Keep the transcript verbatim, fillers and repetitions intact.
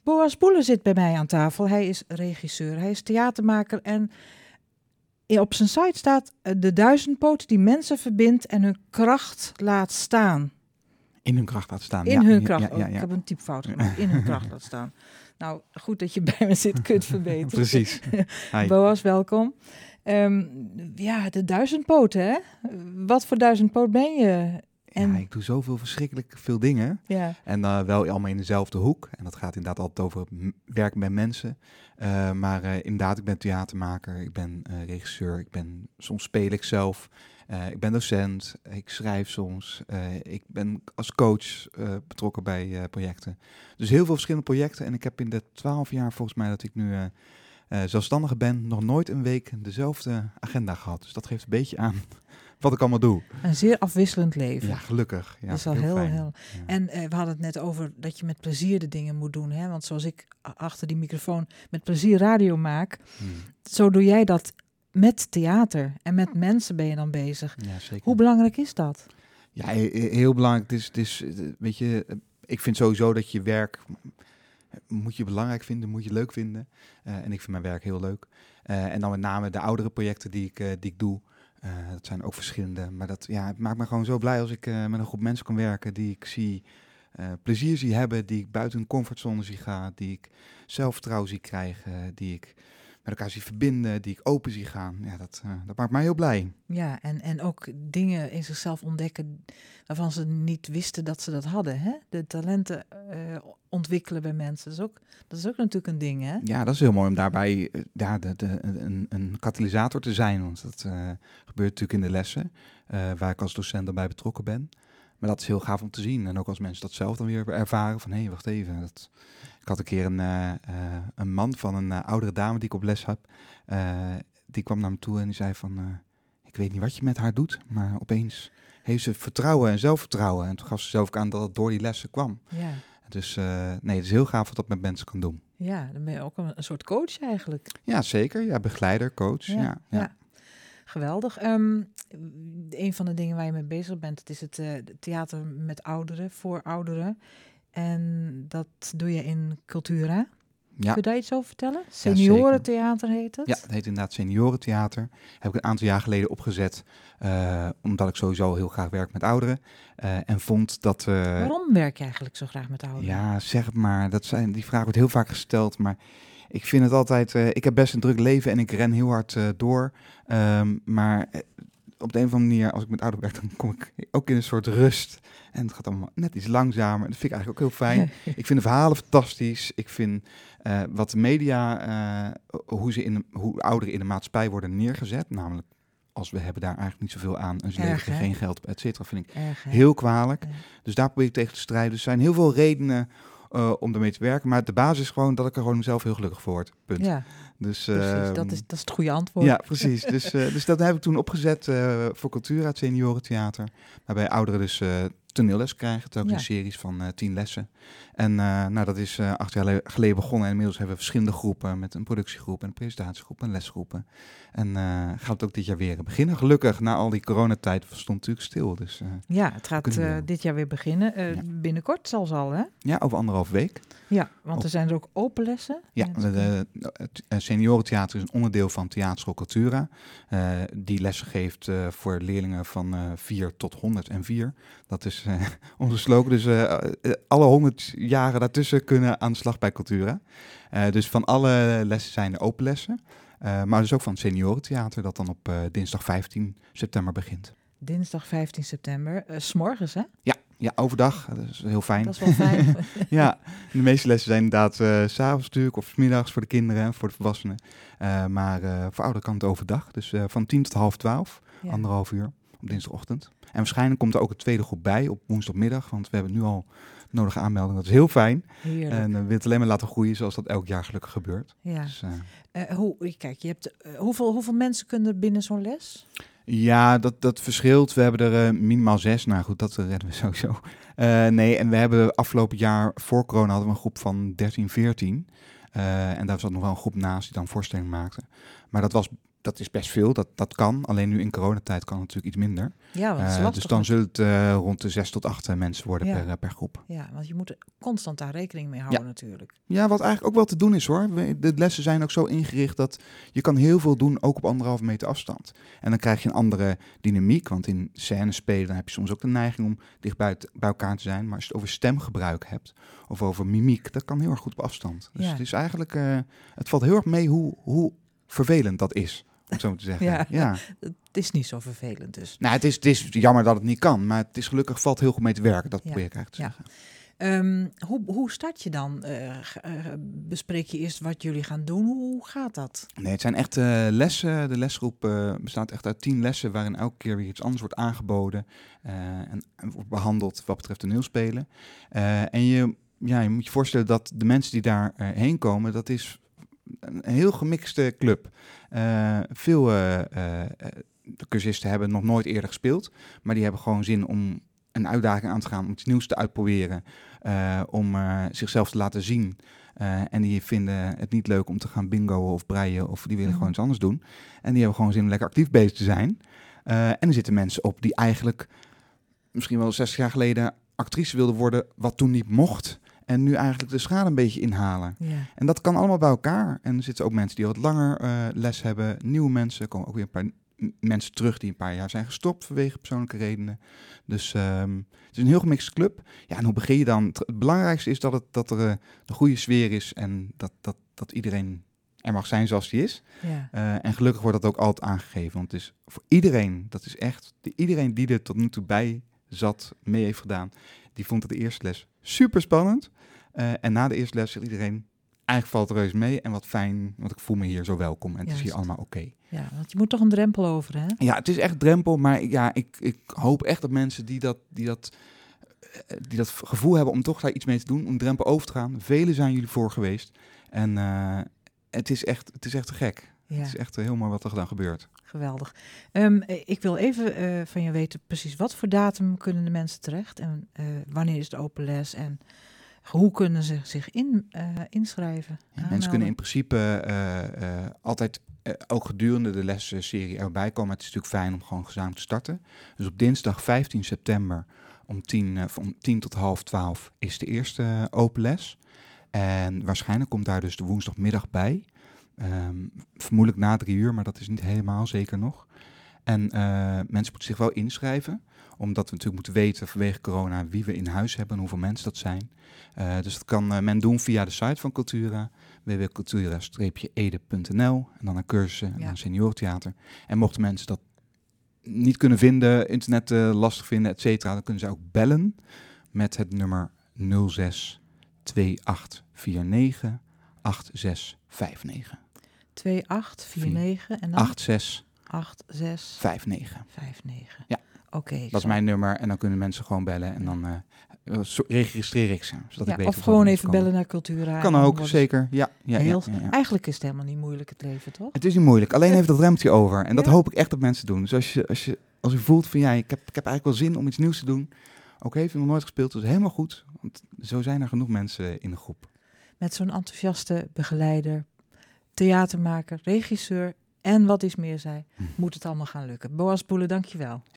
Boas Boele zit bij mij aan tafel. Hij is regisseur, hij is theatermaker en op zijn site staat uh, de duizendpoot die mensen verbindt en hun kracht laat staan. In hun kracht laat staan. In ja, hun ja, kracht. Ja, ja, ja. Oh, ik heb een typfout gemaakt. In hun kracht laat staan. Nou, goed dat je bij me zit, kunt verbeteren. Precies. Hi. Boas, welkom. Um, ja, de duizendpoot, hè? Wat voor duizendpoot ben je? En... Ja, ik doe zoveel verschrikkelijk veel dingen. Ja. En uh, wel allemaal in dezelfde hoek. En dat gaat inderdaad altijd over m- werken met mensen. Uh, maar uh, inderdaad, ik ben theatermaker, ik ben uh, regisseur, ik ben, soms speel ik zelf. Uh, ik ben docent, ik schrijf soms. Uh, ik ben als coach uh, betrokken bij uh, projecten. Dus heel veel verschillende projecten. En ik heb in de twaalf jaar volgens mij dat ik nu uh, uh, zelfstandige ben, nog nooit een week dezelfde agenda gehad. Dus dat geeft een beetje aan wat ik allemaal doe. Een zeer afwisselend leven. Ja, gelukkig. Ja, dat is al heel, heel, fijn. heel... Ja. En uh, we hadden het net over dat je met plezier de dingen moet doen. Hè? Want zoals ik achter die microfoon met plezier radio maak, hmm. zo doe jij dat met theater. En met mensen ben je dan bezig. Ja, zeker. Hoe belangrijk is dat? Ja, heel belangrijk. Het is, het is, weet je, ik vind sowieso dat je werk moet je belangrijk vinden, moet je leuk vinden. Uh, en ik vind mijn werk heel leuk. Uh, en dan met name de oudere projecten die ik, uh, die ik doe. Uh, dat zijn ook verschillende. Maar dat, ja, het maakt me gewoon zo blij als ik uh, met een groep mensen kan werken die ik zie, uh, plezier zie hebben, die ik buiten hun comfortzone zie gaan, die ik zelfvertrouwen zie krijgen, die ik met elkaar zie verbinden, die ik open zie gaan. Ja, dat, uh, dat maakt mij heel blij. Ja, en, en ook dingen in zichzelf ontdekken waarvan ze niet wisten dat ze dat hadden. Hè? De talenten uh, ontwikkelen bij mensen. Dat is, ook, dat is ook natuurlijk een ding, hè? Ja, dat is heel mooi om daarbij uh, ja, de, de, een, een katalysator te zijn. Want dat uh, gebeurt natuurlijk in de lessen, uh, waar ik als docent erbij betrokken ben. Maar dat is heel gaaf om te zien. En ook als mensen dat zelf dan weer ervaren van, hé, hey, wacht even. Dat... Ik had een keer een, uh, uh, een man van een uh, oudere dame die ik op les heb. Uh, die kwam naar me toe en die zei van, uh, ik weet niet wat je met haar doet, maar opeens heeft ze vertrouwen en zelfvertrouwen. En toen gaf ze zelf ook aan dat het door die lessen kwam. Ja. Dus uh, nee, het is heel gaaf wat dat met mensen kan doen. Ja, dan ben je ook een, een soort coach eigenlijk. Ja, zeker. Ja, begeleider, coach. Ja, ja, ja. ja. Geweldig. Um, een van de dingen waar je mee bezig bent, het is het uh, theater met ouderen, voor ouderen. En dat doe je in Cultura. Ja. Kun je daar iets over vertellen? Seniorentheater heet het? Ja, het heet inderdaad Seniorentheater. Heb ik een aantal jaar geleden opgezet, uh, omdat ik sowieso heel graag werk met ouderen. Uh, en vond dat... Uh, Waarom werk je eigenlijk zo graag met ouderen? Ja, zeg het maar. Dat zijn, die vraag wordt heel vaak gesteld, maar ik vind het altijd... Uh, ik heb best een druk leven en ik ren heel hard uh, door. Um, maar... Uh, op de een of andere manier, als ik met ouder werk, dan kom ik ook in een soort rust. En het gaat allemaal net iets langzamer. Dat vind ik eigenlijk ook heel fijn. Ik vind de verhalen fantastisch. Ik vind uh, wat de media, uh, hoe, ze in de, hoe ouderen in de maatschappij worden neergezet. Namelijk, als we hebben daar eigenlijk niet zoveel aan. En ze leveren geen geld op, et cetera. Vind ik Erg, heel kwalijk. Ja. Dus daar probeer ik tegen te strijden. Dus er zijn heel veel redenen uh, om ermee te werken. Maar de basis is gewoon dat ik er gewoon mezelf heel gelukkig voor word. Punt. Ja. Dus, precies, uh, dat, is, dat is het goede antwoord. Ja, precies. Dus, uh, dus dat heb ik toen opgezet uh, voor Cultura, het seniorentheater. Waarbij ouderen dus uh, toneelles krijgen, telkens ja. series van uh, tien lessen. En uh, nou, dat is uh, acht jaar geleden begonnen. En inmiddels hebben we verschillende groepen met een productiegroep en een presentatiegroep en lesgroepen. En uh, gaat het ook dit jaar weer beginnen. Gelukkig, na al die coronatijd stond het natuurlijk stil. Dus, uh, ja, het gaat uh, dit jaar weer beginnen. Uh, ja. Binnenkort zelfs al, hè? Ja, over anderhalf week. Ja, want er zijn er ook open lessen. Ja, de, de, het seniorentheater is een onderdeel van Theaterschool Cultura. Uh, die lessen geeft uh, voor leerlingen van uh, vier tot honderdvier. Dat is uh, onze slogan. Dus uh, alle honderd jaren daartussen kunnen aan de slag bij Cultura. Uh, dus van alle lessen zijn er open lessen. Uh, maar dus ook van het seniorentheater dat dan op uh, dinsdag vijftien september begint. Dinsdag vijftien september, uh, 's morgens hè? Ja, ja, overdag. Dat is heel fijn. Dat is wel fijn. Ja, de meeste lessen zijn inderdaad uh, 's avonds natuurlijk of 's middags voor de kinderen en voor de volwassenen. Uh, maar uh, voor ouderen kan het overdag. Dus uh, van tien tot half twaalf, ja. anderhalf uur op dinsdagochtend. En waarschijnlijk komt er ook een tweede groep bij op woensdagmiddag, want we hebben nu al nodige aanmeldingen. Dat is heel fijn. Heerlijk. En uh, we willen het alleen maar laten groeien zoals dat elk jaar gelukkig gebeurt. Ja. Dus, uh, uh, hoe, kijk, je hebt, uh, hoeveel, hoeveel mensen kunnen er binnen zo'n les? Ja, dat, dat verschilt. We hebben er uh, minimaal zes. Nou goed, dat uh, redden we sowieso. Uh, nee, en we hebben afgelopen jaar, voor corona, hadden we een groep van dertien, veertien. Uh, en daar zat nog wel een groep naast die dan voorstelling maakte. Maar dat was dat is best veel, dat, dat kan. Alleen nu in coronatijd kan het natuurlijk iets minder. Ja, want het is uh, lastig. Dus dan zullen het uh, rond de zes tot acht uh, mensen worden ja. per, per groep. Ja, want je moet er constant daar rekening mee houden ja. natuurlijk. Ja, wat eigenlijk ook wel te doen is hoor. De lessen zijn ook zo ingericht dat je kan heel veel doen, ook op anderhalve meter afstand. En dan krijg je een andere dynamiek, want in scène spelen dan heb je soms ook de neiging om dicht bij, het, bij elkaar te zijn. Maar als je het over stemgebruik hebt of over mimiek, dat kan heel erg goed op afstand. Dus ja. het is eigenlijk, uh, het valt heel erg mee hoe, hoe vervelend dat is. Om zo te zeggen. Ja, ja, het is niet zo vervelend dus. Nou, het is, het is jammer dat het niet kan, maar het is gelukkig valt heel goed mee te werken. Dat ja. probeer ik eigenlijk te ja. zeggen. Um, hoe, hoe start je dan? Uh, uh, bespreek je eerst wat jullie gaan doen? Hoe gaat dat? Nee, het zijn echt uh, lessen. De lesgroep uh, bestaat echt uit tien lessen waarin elke keer weer iets anders wordt aangeboden uh, en, en wordt behandeld wat betreft toneelspelen. Uh, en je, ja, je moet je voorstellen dat de mensen die daar uh, heen komen, dat is een heel gemixte club. Uh, veel uh, uh, de cursisten hebben nog nooit eerder gespeeld, maar die hebben gewoon zin om een uitdaging aan te gaan, om iets nieuws te uitproberen, uh, om uh, zichzelf te laten zien. Uh, en die vinden het niet leuk om te gaan bingoen of breien, of die willen mm-hmm. gewoon iets anders doen. En die hebben gewoon zin om lekker actief bezig te zijn. Uh, en er zitten mensen op die eigenlijk misschien wel zestig jaar geleden actrice wilden worden, wat toen niet mocht. En nu eigenlijk de schade een beetje inhalen. Ja. En dat kan allemaal bij elkaar. En er zitten ook mensen die wat langer uh, les hebben. Nieuwe mensen. Er komen ook weer een paar n- mensen terug die een paar jaar zijn gestopt vanwege persoonlijke redenen. Dus um, het is een heel gemixte club. Ja, en hoe begin je dan? Het belangrijkste is dat, het, dat er uh, een goede sfeer is. En dat, dat, dat iedereen er mag zijn zoals die is. Ja. Uh, en gelukkig wordt dat ook altijd aangegeven. Want het is voor iedereen, dat is echt... De, iedereen die er tot nu toe bij zat, mee heeft gedaan, die vond het de eerste les super spannend. Uh, en na de eerste les zegt iedereen, eigenlijk valt het reuze mee en wat fijn, want ik voel me hier zo welkom en het Juist. is hier allemaal oké. Okay. Ja, want je moet toch een drempel over, hè? Ja, het is echt drempel, maar ja, ik, ik hoop echt dat mensen die dat, die, dat, die dat gevoel hebben om toch daar iets mee te doen, om de drempel over te gaan. Velen zijn jullie voor geweest en uh, het, is echt, het is echt te gek. Ja. Het is echt heel mooi wat er dan gebeurt. Geweldig. Um, ik wil even uh, van je weten precies wat voor datum kunnen de mensen terecht en uh, wanneer is de open les en hoe kunnen ze zich in, uh, inschrijven? Ja, mensen kunnen in principe uh, uh, altijd uh, ook gedurende de lesserie erbij komen. Het is natuurlijk fijn om gewoon gezamenlijk te starten. Dus op dinsdag vijftien september om tien, uh, om tien tot half twaalf is de eerste uh, open les. En waarschijnlijk komt daar dus de woensdagmiddag bij. Um, vermoedelijk na drie uur, maar dat is niet helemaal zeker nog. En uh, mensen moeten zich wel inschrijven, omdat we natuurlijk moeten weten vanwege corona wie we in huis hebben en hoeveel mensen dat zijn. Uh, dus dat kan uh, men doen via de site van Cultura, w w w punt cultura ede punt n l en dan naar cursussen en ja. dan seniorentheater. En mochten mensen dat niet kunnen vinden, internet uh, lastig vinden, et cetera, dan kunnen ze ook bellen met het nummer nul zes twee acht vier negen acht zes vijf negen. twee acht vier negen en dan? acht zes acht zes vijf negen. vijf negen. Ja. Oké. Okay, dat is mijn nummer en dan kunnen mensen gewoon bellen en dan uh, registreer ik ze. Zodat ja, ik weet of gewoon even bellen naar Cultura. Kan ook, zeker. Ja, ja, heel, ja, ja, ja. Eigenlijk is het helemaal niet moeilijk het leven, toch? Het is niet moeilijk, alleen heeft dat remtje over. En dat ja. hoop ik echt dat mensen doen. Dus als je, als je, als je voelt van ja, ik heb, ik heb eigenlijk wel zin om iets nieuws te doen. Oké, okay, heb je nog nooit gespeeld, dat is helemaal goed. Want zo zijn er genoeg mensen in de groep. Met zo'n enthousiaste begeleider, theatermaker, regisseur en wat is meer zij, hm. moet het allemaal gaan lukken. Boas Boele, dank je wel.